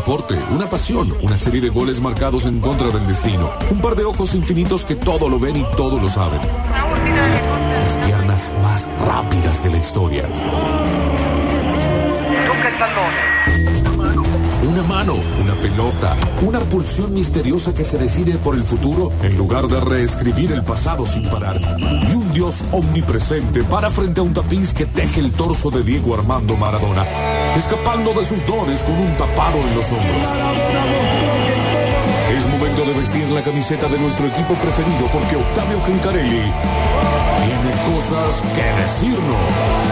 deporte, una pasión, una serie de goles marcados en contra del destino, un par de ojos infinitos que todo lo ven y todo lo saben. Las piernas más rápidas de la historia. Toca el balón. Una mano, una pelota, una pulsión misteriosa que se decide por el futuro en lugar de reescribir el pasado sin parar. Y un Dios omnipresente para frente a un tapiz que teje el torso de Diego Armando Maradona, escapando de sus dones con un tapado en los hombros. Es momento de vestir la camiseta de nuestro equipo preferido porque Octavio Gencarelli tiene cosas que decirnos.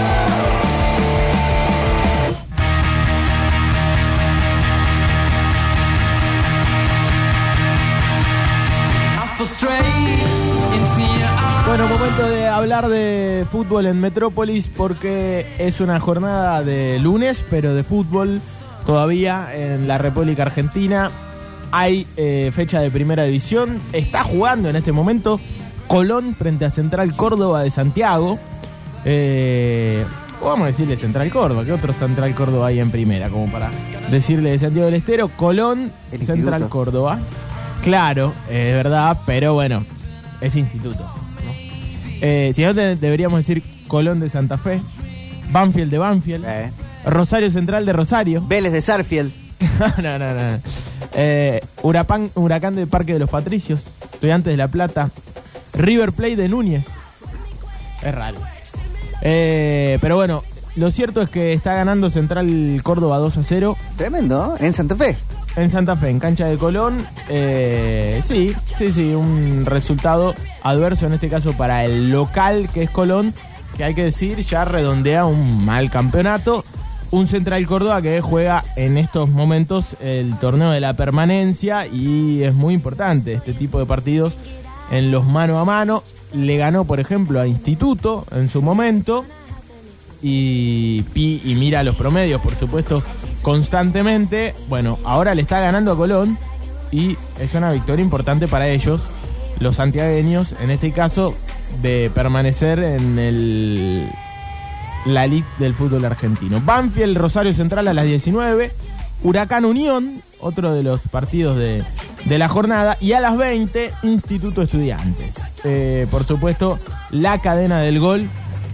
Bueno, momento de hablar de fútbol en Metrópolis porque es una jornada de lunes, pero de fútbol todavía en la República Argentina. Hay fecha de primera división. Está jugando en este momento Colón frente a Central Córdoba de Santiago. Vamos a decirle Central Córdoba. ¿Qué otro Central Córdoba hay en primera? Como para decirle de Santiago del Estero. Colón, el Central instituto. Córdoba. Claro, es verdad, pero bueno, es instituto, ¿no? Si no, deberíamos decir Colón de Santa Fe, Banfield de Banfield, Rosario Central de Rosario. Vélez de Sarfield. No. Huracán del Parque de los Patricios, Estudiantes de La Plata, River Plate de Núñez. Es raro. Pero bueno, lo cierto es que está ganando Central Córdoba 2-0. Tremendo, ¿eh? En Santa Fe. En Santa Fe, en cancha de Colón. Sí, un resultado adverso en este caso para el local que es Colón, que hay que decir ya redondea un mal campeonato. Un Central Córdoba que juega en estos momentos el torneo de la permanencia y es muy importante este tipo de partidos en los mano a mano. Le ganó, por ejemplo, a Instituto en su momento y mira los promedios, por supuesto, constantemente. Bueno, ahora le está ganando a Colón y es una victoria importante para ellos, los santiagueños, en este caso, de permanecer en la elite del fútbol argentino. Banfield, Rosario Central a las 19, Huracán Unión, otro de los partidos de la jornada, y a las 20, Instituto Estudiantes. Por supuesto, la cadena del gol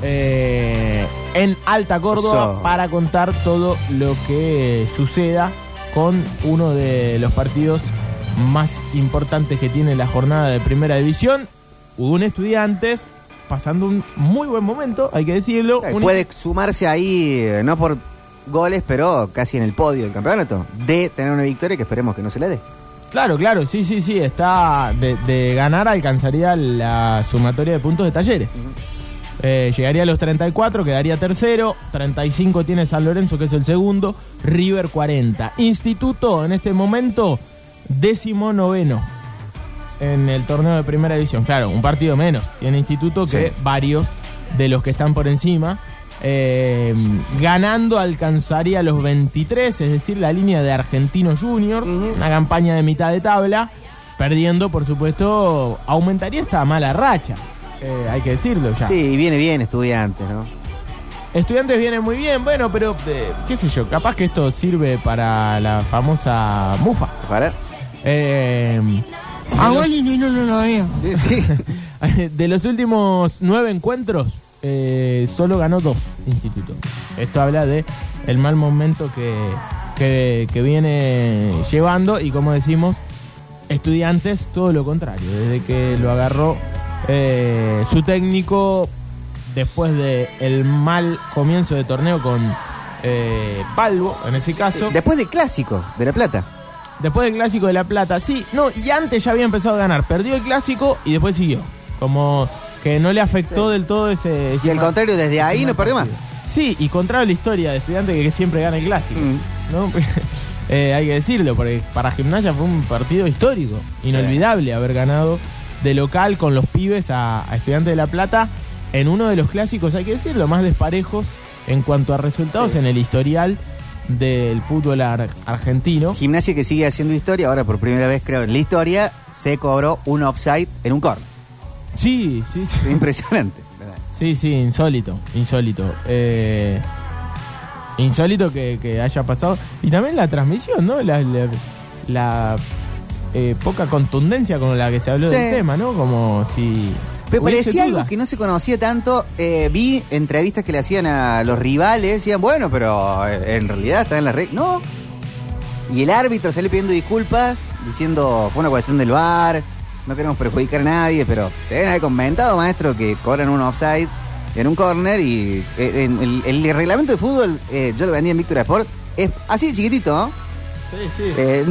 en Alta Córdoba. Eso. Para contar todo lo que suceda con uno de los partidos más importantes que tiene la jornada de primera división. Un Estudiantes pasando un muy buen momento, hay que decirlo. Puede sumarse ahí, no por goles, pero casi en el podio del campeonato, de tener una victoria que esperemos que no se le dé. Claro, sí, está de ganar, alcanzaría la sumatoria de puntos de Talleres. Llegaría a los 34, quedaría tercero. 35 tiene San Lorenzo, que es el segundo. River 40. Instituto en este momento 19º en el torneo de primera división. Claro, un partido menos tiene Instituto que varios de los que están por encima. Ganando alcanzaría los 23, es decir, la línea de Argentinos Juniors. Una campaña de mitad de tabla. Perdiendo, por supuesto, aumentaría esta mala racha. Hay que decirlo ya. Sí, viene bien Estudiantes, ¿no? Estudiantes viene muy bien, bueno, pero qué sé yo, capaz que esto sirve para la famosa mufa. ¿Para? De los últimos 9 encuentros, solo ganó 2 Instituto. Esto habla de el mal momento que viene llevando, y como decimos, Estudiantes todo lo contrario. Desde que lo agarró su técnico, después del mal comienzo de torneo con Balbo, en ese caso. Después del Clásico de La Plata. Después del Clásico de La Plata, sí. No, y antes ya había empezado a ganar. Perdió el Clásico y después siguió. Como que no le afectó del todo ese y al contrario, desde ahí no perdió más. Sí, y contrario a la historia de Estudiantes que siempre gana el Clásico, ¿no? Hay que decirlo, porque para Gimnasia fue un partido histórico. Inolvidable haber ganado de local con los pibes a Estudiantes de La Plata en uno de los clásicos, hay que decirlo, más desparejos en cuanto a resultados en el historial del fútbol argentino. Gimnasia que sigue haciendo historia, ahora por primera vez creo en la historia se cobró un offside en un córner. Sí. Impresionante. Sí, insólito. insólito que haya pasado. Y también la transmisión, ¿no? La poca contundencia con la que se habló del tema, ¿no? Como si... Pero parecía algo que no se conocía tanto. Vi entrevistas que le hacían a los rivales. Decían, bueno, pero en realidad está en la red. No. Y el árbitro salió pidiendo disculpas, diciendo, fue una cuestión del VAR, no queremos perjudicar a nadie, pero te deben haber comentado, maestro, que cobran un offside en un córner y el reglamento de fútbol, yo lo vendí en Víctor Sport, es así de chiquitito, ¿no? Sí.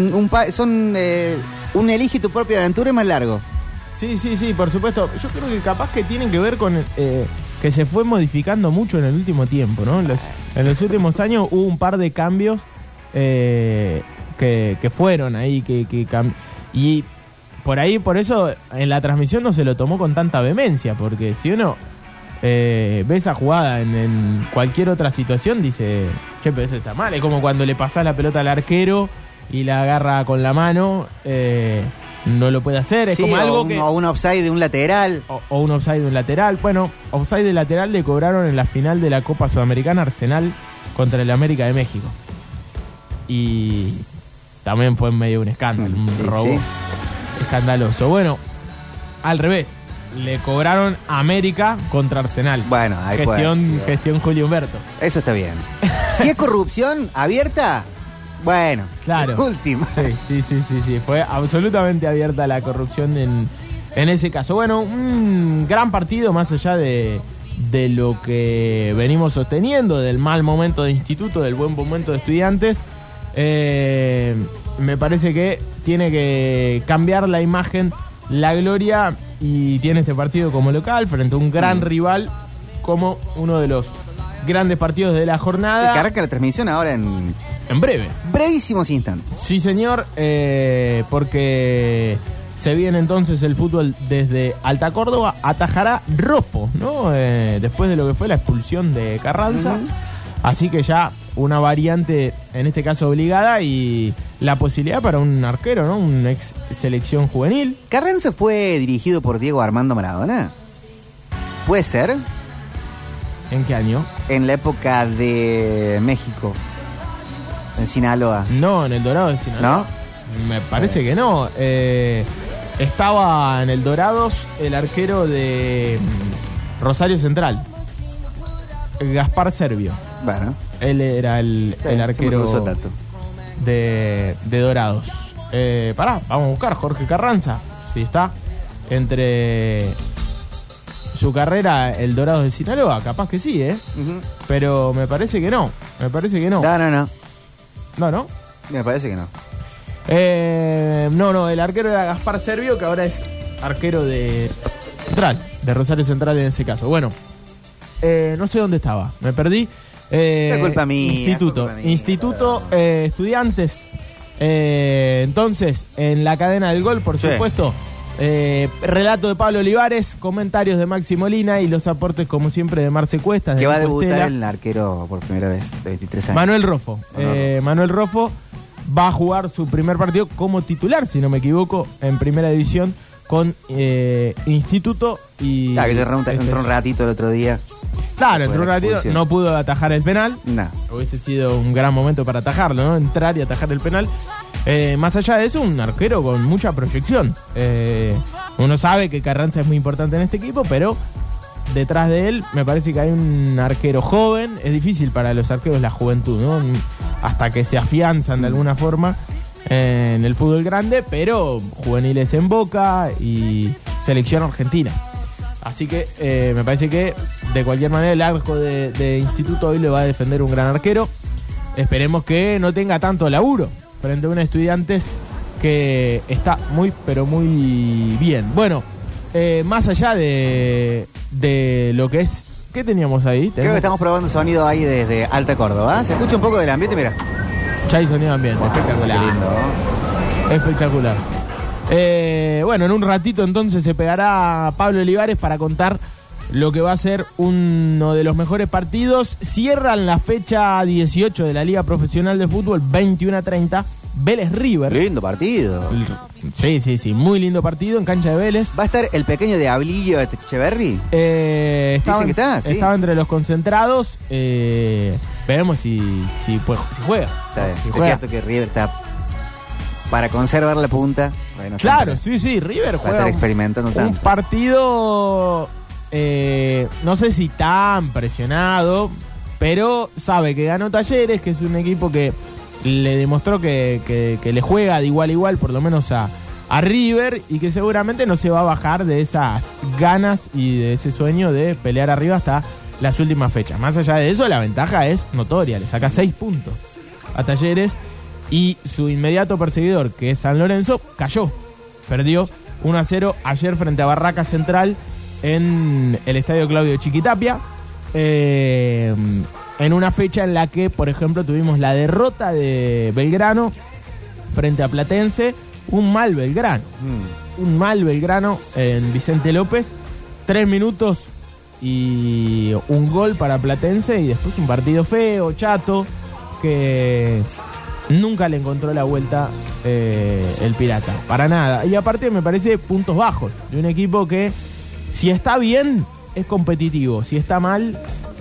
Un elige tu propia aventura es más largo. Sí, por supuesto. Yo creo que capaz que tienen que ver con que se fue modificando mucho en el último tiempo, ¿no? En los últimos años hubo un par de cambios que fueron ahí, y por ahí, por eso en la transmisión no se lo tomó con tanta vehemencia, porque si uno ve esa jugada en cualquier otra situación, dice, che, pero eso está mal. Es como cuando le pasás la pelota al arquero y la agarra con la mano, no lo puede hacer, es como algo que... O un offside de un lateral. O un offside de un lateral. Bueno, offside de lateral le cobraron en la final de la Copa Sudamericana Arsenal contra el América de México. Y también fue medio un escándalo, un robo escandaloso. Bueno, al revés, le cobraron América contra Arsenal. Bueno, ahí gestión Julio Humberto. Eso está bien. Si es corrupción abierta... Bueno, claro. Última. Sí. Fue absolutamente abierta la corrupción en ese caso. Bueno, un gran partido más allá de lo que venimos sosteniendo, del mal momento de Instituto, del buen momento de Estudiantes. Me parece que tiene que cambiar la imagen, la Gloria, y tiene este partido como local frente a un gran rival como uno de los grandes partidos de la jornada. Que arranca la transmisión ahora en breve. Brevísimos instantes. Sí, señor, porque se viene entonces el fútbol desde Alta Córdoba. Atajará Ropo, ¿no? Después de lo que fue la expulsión de Carranza. Así que ya una variante, en este caso obligada, y la posibilidad para un arquero, ¿no? Un ex selección juvenil. ¿Carranza fue dirigido por Diego Armando Maradona? ¿Puede ser? ¿En qué año? En la época de México. En Sinaloa. No, en el Dorado de Sinaloa. ¿No? Me parece que no. Estaba en el Dorados el arquero de Rosario Central, Gaspar Servio. Bueno. Él era el arquero de Dorados. Vamos a buscar Jorge Carranza. Si está entre su carrera el Dorados de Sinaloa. Capaz que sí, Pero me parece que no. No. Me parece que no. No, el arquero era Gaspar Servio, que ahora es arquero de Central, de Rosario Central en ese caso. Bueno, no sé dónde estaba, me perdí. Es culpa mía. Instituto Estudiantes. Entonces, en la cadena del gol, por supuesto, relato de Pablo Olivares, comentarios de Maxi Molina y los aportes, como siempre, de Marce Cuestas. Que va a debutar el arquero por primera vez, de 23 años. Manuel Roffo va a jugar su primer partido como titular, si no me equivoco, en primera división con Instituto. Y claro, que entró un ratito el otro día. Claro, entró un ratito, no pudo atajar el penal. No. Hubiese sido un gran momento para atajarlo, ¿no? Entrar y atajar el penal. Más allá de eso, un arquero con mucha proyección. Uno sabe que Carranza es muy importante en este equipo, pero detrás de él me parece que hay un arquero joven. Es difícil para los arqueros la juventud, ¿no? Hasta que se afianzan de alguna forma en el fútbol grande, pero juveniles en Boca y selección argentina. Así que me parece que de cualquier manera el arco de Instituto hoy le va a defender un gran arquero. Esperemos que no tenga tanto laburo frente a un Estudiantes que está muy, pero muy bien. Bueno, más allá de lo que es... ¿Qué teníamos ahí? Creo que estamos probando sonido ahí desde Alta Córdoba. Se escucha un poco del ambiente, mira. Ya hay sonido ambiente, espectacular. Qué lindo. Espectacular. Bueno, en un ratito entonces se pegará Pablo Olivares para contar lo que va a ser uno de los mejores partidos. Cierran la fecha 18 de la Liga Profesional de Fútbol, 21:30, Vélez River. Lindo partido. Sí, muy lindo partido en cancha de Vélez. ¿Va a estar el pequeño Diablillo de Echeverri? Dicen que está, sí. Estaba entre los concentrados. Veremos si juega. Si es juega. cierto que River está para conservar la punta. Bueno, Claro, sí, River para estar juega experimentando un tanto. partido, no sé si tan presionado, pero sabe que ganó Talleres, que es un equipo que le demostró que le juega de igual a igual, por lo menos a River, y que seguramente no se va a bajar de esas ganas y de ese sueño de pelear arriba hasta las últimas fechas. Más allá de eso, la ventaja es notoria, le saca 6 puntos a Talleres, y su inmediato perseguidor, que es San Lorenzo, cayó, perdió 1-0 ayer frente a Barraca Central en el estadio Claudio Chiquitapia, en una fecha en la que, por ejemplo, tuvimos la derrota de Belgrano frente a Platense. Un mal Belgrano en Vicente López, 3 minutos y un gol para Platense, y después un partido feo, chato, que nunca le encontró la vuelta el Pirata, para nada. Y aparte me parece puntos bajos de un equipo que, si está bien, es competitivo, si está mal,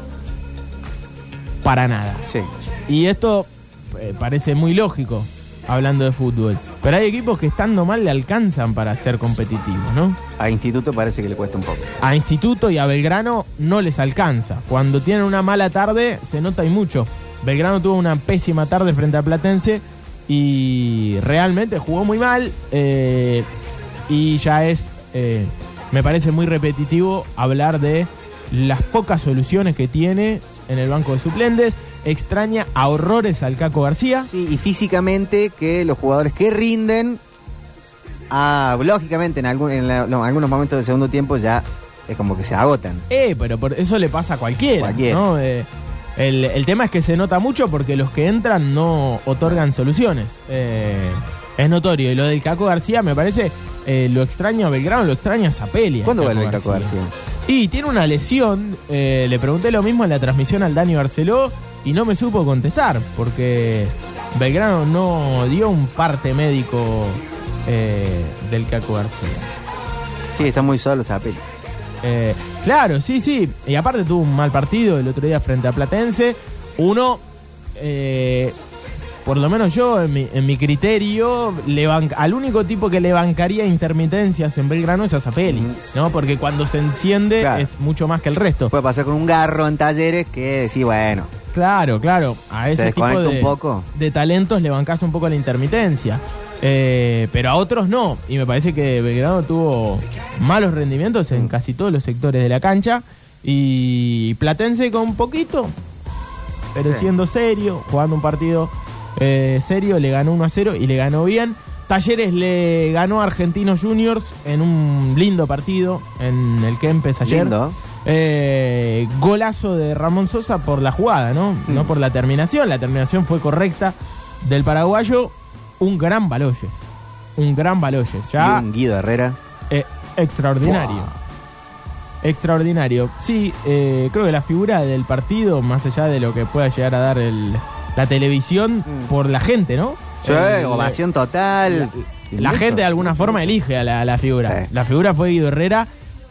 para nada. Sí. Y esto parece muy lógico hablando de fútbol, pero hay equipos que estando mal le alcanzan para ser competitivos, ¿no? A Instituto parece que le cuesta un poco. A Instituto y a Belgrano no les alcanza. Cuando tienen una mala tarde se nota y mucho. Belgrano tuvo una pésima tarde frente a Platense y realmente jugó muy mal, y ya es, me parece muy repetitivo hablar de las pocas soluciones que tiene en el banco de suplentes. Extraña a horrores al Caco García. Sí, y físicamente que los jugadores que rinden, lógicamente en algunos momentos del segundo tiempo ya es como que se agotan. Pero por eso le pasa a cualquiera. ¿No? El tema es que se nota mucho porque los que entran no otorgan soluciones. Es notorio. Y lo del Caco García me parece, lo extraño a Belgrano, lo extraño a Zapelia. ¿Cuándo vuelve el Caco García? Y tiene una lesión. Le pregunté lo mismo en la transmisión al Dani Barceló y no me supo contestar, porque Belgrano no dio un parte médico del Caco García. Sí, está muy solo Zapelia. Claro, sí. Y aparte tuvo un mal partido el otro día frente a Platense. Uno, por lo menos yo, en mi criterio, al único tipo que le bancaría intermitencias en Belgrano es a Zapelli, ¿no? Porque cuando se enciende, claro, es mucho más que el resto. Puede pasar con un Garro en Talleres que sí, bueno. Claro. A ese tipo de talentos le bancás un poco la intermitencia. Pero a otros no. Y me parece que Belgrano tuvo malos rendimientos en casi todos los sectores de la cancha. Y Platense con poquito, pero siendo serio, jugando un partido serio, le ganó 1-0 y le ganó bien. Talleres le ganó a Argentinos Juniors en un lindo partido en el Kempes ayer. Lindo. Golazo de Ramón Sosa por la jugada, ¿no? No por la terminación. La terminación fue correcta del paraguayo. Un gran Baloyes. Ya, y un Guido Herrera. Extraordinario. Wow. Extraordinario. Sí, creo que la figura del partido, más allá de lo que pueda llegar a dar la televisión, por la gente, ¿no? Sí, ovación total. La gente de alguna forma elige a la figura. Sí. La figura fue Guido Herrera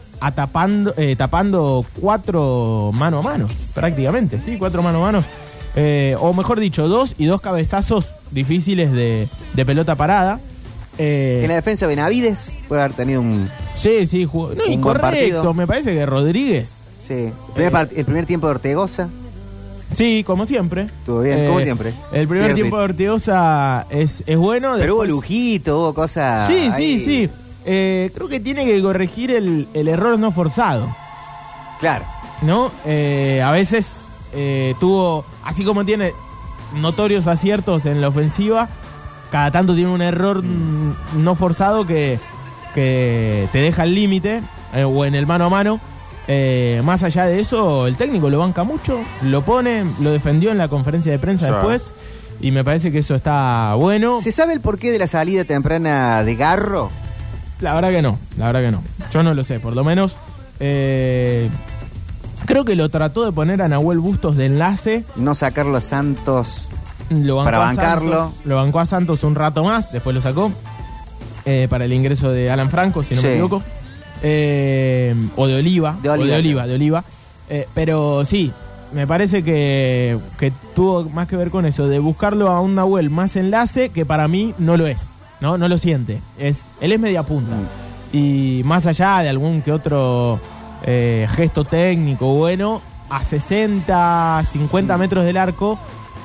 tapando 4 mano a mano, prácticamente, sí, 4 mano a mano. O mejor dicho, 2 y 2 cabezazos difíciles de pelota parada. En la defensa Benavides puede haber tenido un... Sí, jugó. No, incorrecto, me parece que Rodríguez. Sí, el primer tiempo de Ortegoza. Sí, como siempre. Estuvo bien, como siempre. El primer tiempo de Ortegoza es bueno. Pero después... hubo lujito, hubo cosas... Sí. Creo que tiene que corregir el error no forzado. Claro. ¿No? A veces tuvo, así como tiene notorios aciertos en la ofensiva, cada tanto tiene un error no forzado que te deja al límite, o en el mano a mano. Más allá de eso, el técnico lo banca mucho, lo pone, lo defendió en la conferencia de prensa después, y me parece que eso está bueno. ¿Se sabe el porqué de la salida temprana de Garro? La verdad que no. Yo no lo sé, por lo menos. Creo que lo trató de poner a Nahuel Bustos de enlace. No sacarlo a Santos para bancarlo. Lo bancó a Santos un rato más, después lo sacó para el ingreso de Alan Franco, si no me equivoco. O de Oliva. De Oliva. Pero sí, me parece que tuvo más que ver con eso, de buscarlo a un Nahuel más enlace, que para mí no lo es, no lo siente. Él es media punta. Y más allá de algún que otro gesto técnico bueno, a 60, 50 metros del arco,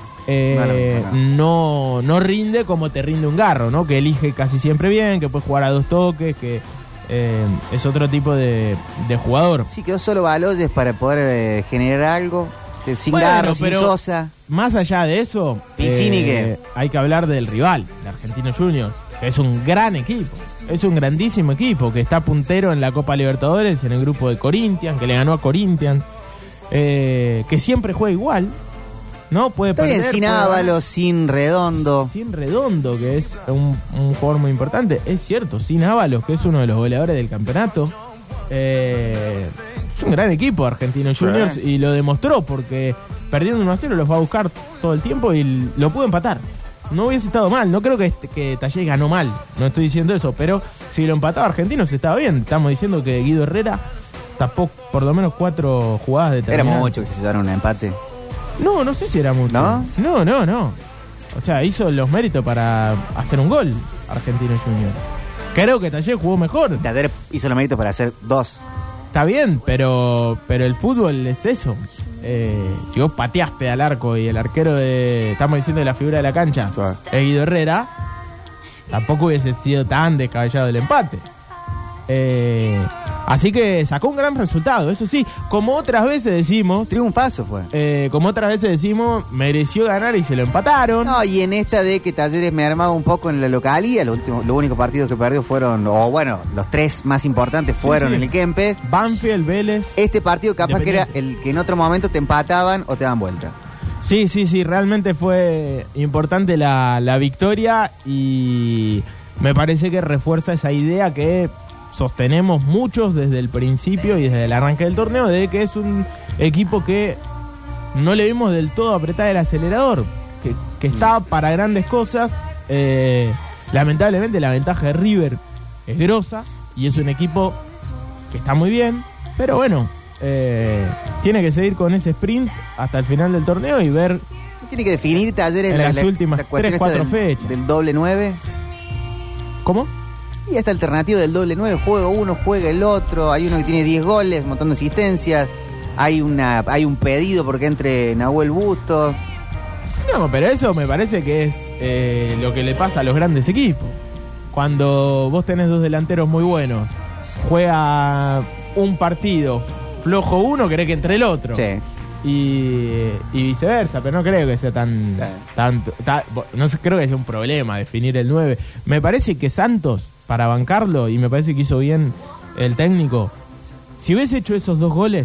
no rinde como te rinde un Garro, ¿no? Que elige casi siempre bien, que puede jugar a 2 toques, que es otro tipo de jugador. Sí, quedó solo Baloyes para poder generar algo. Sin Garro, sin Sosa. Más allá de eso, hay que hablar del rival, de Argentinos Juniors. Es un gran equipo, es un grandísimo equipo que está puntero en la Copa Libertadores, en el grupo de Corinthians, que le ganó a Corinthians, que siempre juega igual, ¿no? Puede perder. Bien, sin Ábalos, sin Redondo. Sin Redondo, que es un jugador muy importante. Es cierto, sin Ábalos, que es uno de los goleadores del campeonato. Es un gran equipo Argentinos Juniors y lo demostró porque perdiendo 1-0 los va a buscar todo el tiempo y lo pudo empatar. No hubiese estado mal, no creo que Talleres ganó mal, no estoy diciendo eso, pero si lo empataba Argentinos estaba bien. Estamos diciendo que Guido Herrera tapó por lo menos 4 jugadas determinadas. Era mucho que se llevaron un empate. No sé si era mucho. ¿No? No. O sea, hizo los méritos para hacer un gol Argentinos Juniors. Creo que Talleres jugó mejor. Talleres hizo los méritos para hacer 2. Está bien, pero el fútbol es eso. Si vos pateaste al arco y el arquero estamos diciendo de la figura de la cancha, es Guido Herrera, tampoco hubiese sido tan descabellado el empate. Así que sacó un gran resultado, eso sí, como otras veces decimos. Triunfazo fue. Como otras veces decimos, mereció ganar y se lo empataron. No, y en esta de que Talleres me armaba un poco en la localía, los únicos partidos que perdió fueron, los 3 más importantes fueron en el Kempes. Banfield, Vélez. Este partido capaz que era el que en otro momento te empataban o te daban vuelta. Sí, realmente fue importante la victoria y me parece que refuerza esa idea que sostenemos muchos desde el principio y desde el arranque del torneo, de que es un equipo que no le vimos del todo apretar el acelerador, que está para grandes cosas. Lamentablemente la ventaja de River es grosa y es un equipo que está muy bien, pero bueno, tiene que seguir con ese sprint hasta el final del torneo y ver. Tiene que definir Talleres en las últimas 3-4 fechas del doble 9. ¿Cómo? Y esta alternativa del doble 9, juega uno, juega el otro, hay uno que tiene 10 goles, un montón de asistencias, hay un pedido porque entre Nahuel Bustos. No, pero eso me parece que es lo que le pasa a los grandes equipos. Cuando vos tenés 2 delanteros muy buenos, juega un partido flojo uno, querés que entre el otro. Sí. Y viceversa, pero no creo que sea no creo que sea un problema definir el 9. Me parece que Santos, para bancarlo, y me parece que hizo bien el técnico, si hubiese hecho esos 2 goles,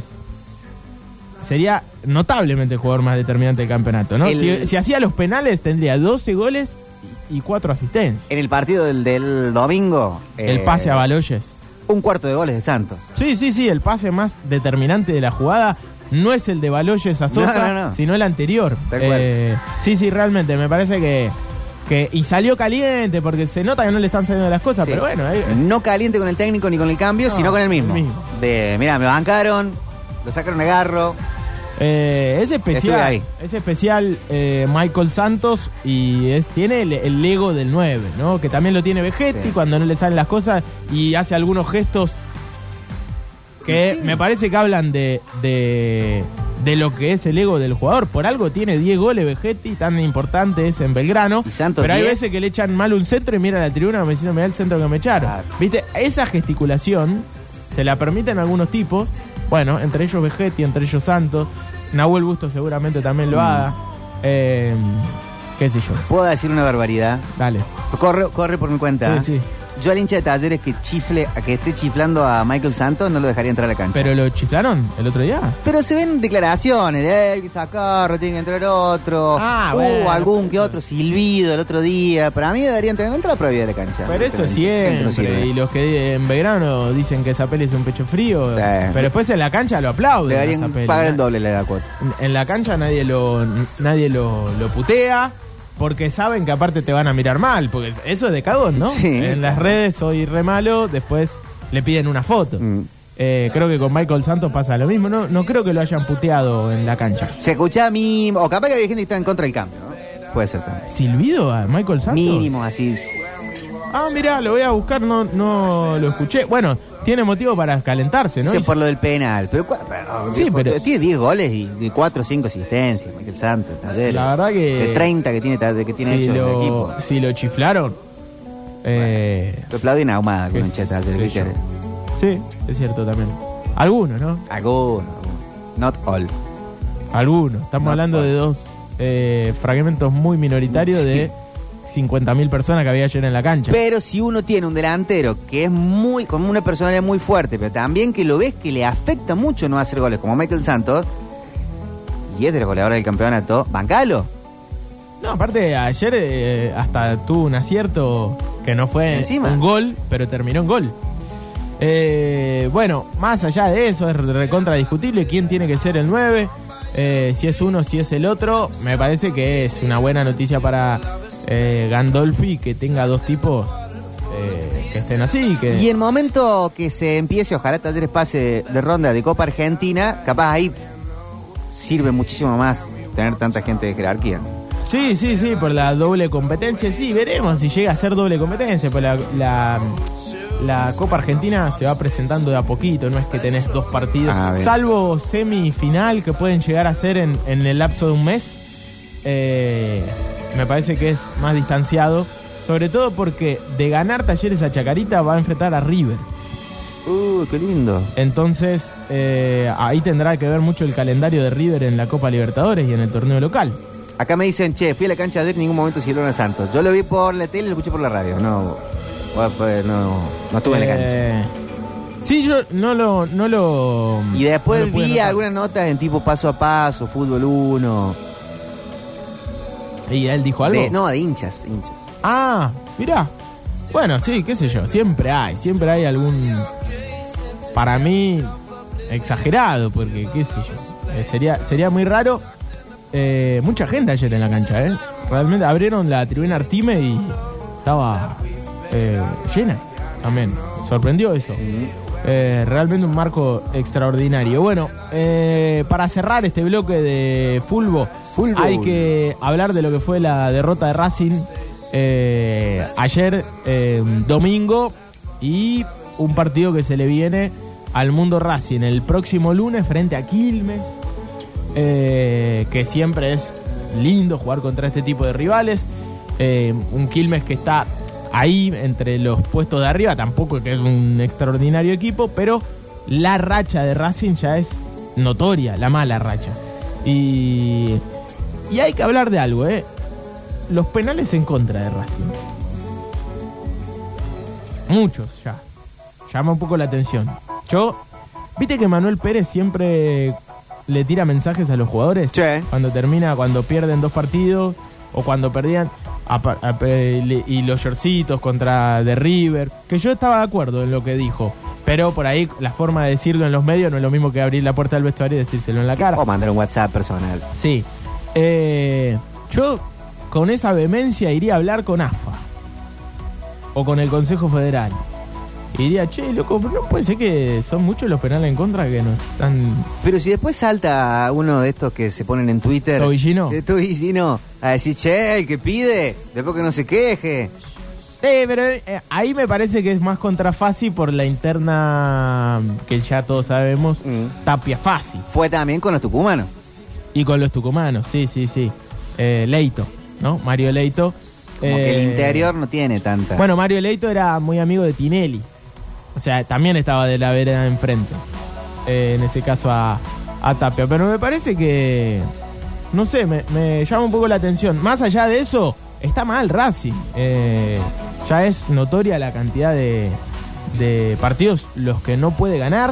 sería notablemente el jugador más determinante del campeonato, ¿no? Si hacía los penales, tendría 12 goles y 4 asistencias. En el partido del domingo, el pase a Baloyes, un cuarto de goles de Santos. Sí, el pase más determinante de la jugada no es el de Baloyes a Sosa, sino el anterior. Sí, realmente, me parece que y salió caliente, porque se nota que no le están saliendo las cosas, pero bueno. No caliente con el técnico ni con el cambio, sino con el mismo. Mirá, me bancaron, lo sacaron a Garro. Es especial Michael Santos y tiene el ego del 9, ¿no? Que también lo tiene Vegetti cuando no le salen las cosas y hace algunos gestos que me parece que hablan de lo que es el ego del jugador. Por algo tiene 10 goles Vegetti, tan importante es en Belgrano, pero hay veces que le echan mal un centro y mira a la tribuna como diciendo, mirá el centro que me echaron. ¿Viste? Esa gesticulación se la permiten algunos tipos, bueno, entre ellos Vegetti, entre ellos Santos, Nahuel Bustos seguramente también lo haga, qué sé yo. ¿Puedo decir una barbaridad? Dale. Corre por mi cuenta. Sí. Yo al hincha de Talleres que esté chiflando a Michael Santos no lo dejaría entrar a la cancha. ¿Pero lo chiflaron el otro día? Pero se ven declaraciones de hay que sacarlo, tiene que entrar otro. Bueno, algún que otro silbido el otro día. Para mí debería entrar prohibida de la cancha. Pero eso siempre. Y los que en Belgrano dicen que Zapelli es un pecho frío, pero después en la cancha lo aplauden. Deberían pagar el doble la cuota. En la cancha nadie lo putea, porque saben que aparte te van a mirar mal, porque eso es de cagón, ¿no? Sí, en las redes soy re malo, después le piden una foto. Creo que con Michael Santos pasa lo mismo. No creo que lo hayan puteado en la cancha. Se escucha mínimo, o capaz que había gente que está en contra del cambio, ¿no? Puede ser también. ¿Silbido a Michael Santos? Mínimo, así. Ah, mirá, lo voy a buscar, no lo escuché. Bueno, tiene motivo para calentarse, ¿no? Sí, por lo del penal. Pero tiene 10 goles y 4 o 5 asistencias, Michael Santos. La verdad que... De 30 que tiene hecho el equipo. Si lo chiflaron... Lo aplauden ahumada con un cheta. Sí, es cierto también. Algunos, ¿no? Algunos. Not all. Algunos. Estamos hablando de dos fragmentos muy minoritarios de 50.000 personas que había ayer en la cancha. Pero si uno tiene un delantero que es con una personalidad muy fuerte, pero también que lo ves que le afecta mucho no hacer goles, como Michael Santos, y es de los goleadores del campeonato, bancalo. No, aparte ayer hasta tuvo un acierto que no fue un gol, pero terminó en gol. Bueno, más allá de eso, es recontra discutible quién tiene que ser el 9. Si es uno, si es el otro. Me parece que es una buena noticia para Gandolfi que tenga dos tipos que estén así. Y en momento que se empiece, ojalá Talleres pase de ronda de Copa Argentina, capaz ahí sirve muchísimo más tener tanta gente de jerarquía. Sí, por la doble competencia. Sí, veremos si llega a ser doble competencia. Pues la Copa Argentina se va presentando de a poquito, no es que tenés dos partidos, salvo semifinal que pueden llegar a ser en el lapso de un mes. Me parece que es más distanciado, sobre todo porque de ganar Talleres a Chacarita va a enfrentar a River. Qué lindo. Entonces ahí tendrá que ver mucho el calendario de River en la Copa Libertadores y en el torneo local. Acá me dicen, fui a la cancha de en ningún momento Silvano Santos. Yo lo vi por la tele y lo escuché por la radio. No estuve en la cancha. Sí, yo no lo y después vi algunas notas en tipo Paso a Paso, Fútbol 1. ¿Y él dijo algo? De hinchas. Ah, mirá. Bueno, sí, qué sé yo. Siempre hay algún... Para mí, exagerado, porque qué sé yo. Sería muy raro. Mucha gente ayer en la cancha, Realmente abrieron la tribuna Artime y estaba llena también. Sorprendió eso. Realmente un marco extraordinario. Bueno, para cerrar este bloque de fútbol, hay que hablar de lo que fue la derrota de Racing ayer, domingo, y un partido que se le viene al mundo Racing el próximo lunes frente a Quilmes. Que siempre es lindo jugar contra este tipo de rivales. Un Quilmes que está ahí entre los puestos de arriba, tampoco que es un extraordinario equipo, pero la racha de Racing ya es notoria, la mala racha. Y hay que hablar de algo, los penales en contra de Racing. Muchos ya. Llama un poco la atención. ¿Viste que Manuel Pérez siempre le tira mensajes a los jugadores? Sí. Cuando pierden 2 partidos o cuando perdían y los shortcitos contra de River, que yo estaba de acuerdo en lo que dijo, pero por ahí la forma de decirlo en los medios no es lo mismo que abrir la puerta del vestuario y decírselo en la cara. O mandar un WhatsApp personal. Sí. Yo con esa vehemencia iría a hablar con AFA o con el Consejo Federal. Y diría, loco, pero no puede ser que son muchos los penales en contra que nos están... Pero si después salta uno de estos que se ponen en Twitter... Tobillino, a decir, el que pide, después que no se queje. Pero ahí me parece que es más contra Fassi por la interna que ya todos sabemos, Tapia Fassi. Fue también con los tucumanos. Y con los tucumanos, sí. Leito, ¿no? Mario Leito. Como que el interior no tiene tanta... Bueno, Mario Leito era muy amigo de Tinelli. O sea, también estaba de la vereda de enfrente. En ese caso a Tapia. Pero me parece que... No sé, me llama un poco la atención. Más allá de eso, está mal Racing. Ya es notoria la cantidad de partidos los que no puede ganar.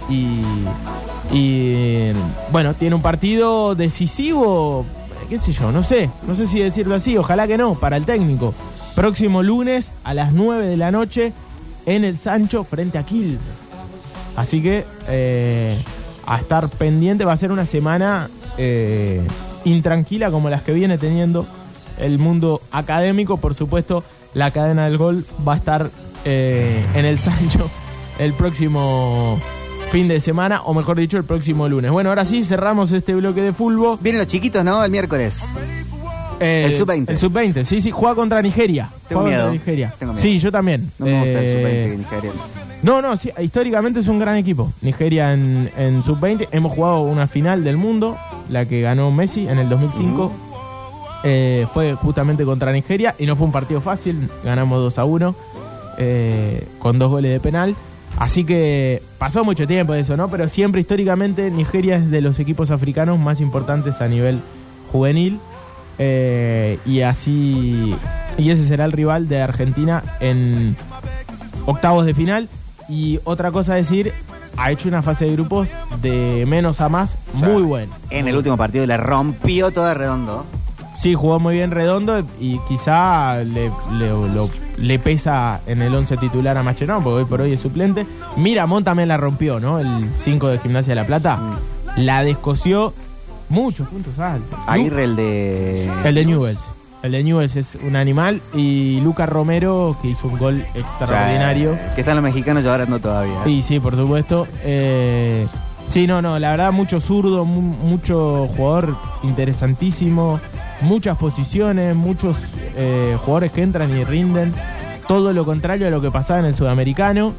Y bueno, tiene un partido decisivo, qué sé yo, no sé si decirlo así, ojalá que no, para el técnico. Próximo lunes a las 9 de la noche en el Sancho frente a Quilmes. Así que a estar pendiente, va a ser una semana intranquila como las que viene teniendo el mundo académico. Por supuesto, la cadena del gol va a estar en el Sancho el próximo fin de semana, o mejor dicho, el próximo lunes. Bueno, ahora sí, cerramos este bloque de fútbol. Vienen los chiquitos, ¿no? El miércoles. El sub-20. El sub-20, sí, juega contra Nigeria. Tengo miedo. Nigeria. Tengo miedo. Sí, yo también. No me gusta el sub-20 de Nigeria. No, sí, históricamente es un gran equipo. Nigeria en sub-20. Hemos jugado una final del mundo, la que ganó Messi en el 2005. Fue justamente contra Nigeria y no fue un partido fácil. Ganamos 2-1 con 2 goles de penal. Así que pasó mucho tiempo de eso, ¿no? Pero siempre históricamente Nigeria es de los equipos africanos más importantes a nivel juvenil. Y ese será el rival de Argentina en octavos de final. Y otra cosa a decir, ha hecho una fase de grupos de menos a más, o sea, muy buena. En el último partido le rompió todo Redondo. Sí, jugó muy bien Redondo y quizá le pesa en el 11 titular a Mascherano, porque hoy por hoy es suplente. Miramón también la rompió, ¿no? El 5 de Gimnasia de La Plata. La descosió, muchos puntos altos. Aguirre, el de Newell's. El de Newell's es un animal. Y Lucas Romero, que hizo un gol extraordinario. Que están los mexicanos llorando todavía. Sí, por supuesto. Sí, no, la verdad, mucho zurdo, mucho jugador interesantísimo. Muchas posiciones, muchos jugadores que entran y rinden. Todo lo contrario a lo que pasaba en el Sudamericano.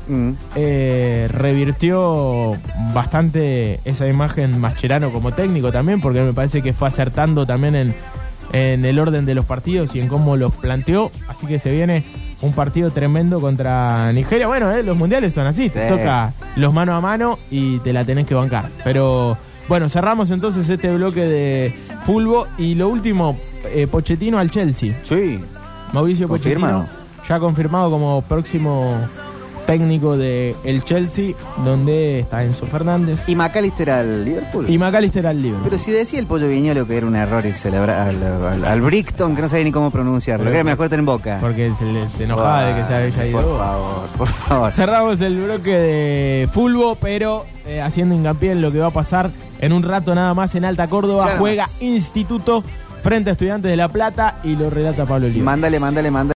Revirtió bastante esa imagen Mascherano como técnico también, porque me parece que fue acertando también en el orden de los partidos y en cómo los planteó. Así que se viene un partido tremendo contra Nigeria. Bueno, los mundiales son así, te toca los mano a mano y te la tenés que bancar. Pero bueno, cerramos entonces este bloque de fútbol. Y lo último, Pochettino al Chelsea. Sí. Mauricio Pochettino, ya confirmado como próximo técnico de el Chelsea, donde está Enzo Fernández. ¿Y McAllister al Liverpool? Pero si decía el Pollo Viñolo que era un error ir al Brighton, que no sabía ni cómo pronunciarlo, que era mejor tener en Boca. Porque se enojaba de que se haya ido. Por favor. Cerramos el bloque de fútbol, pero haciendo hincapié en lo que va a pasar en un rato nada más en Alta Córdoba. Juega Instituto frente a Estudiantes de La Plata y lo relata Pablo Oliva. Mándale.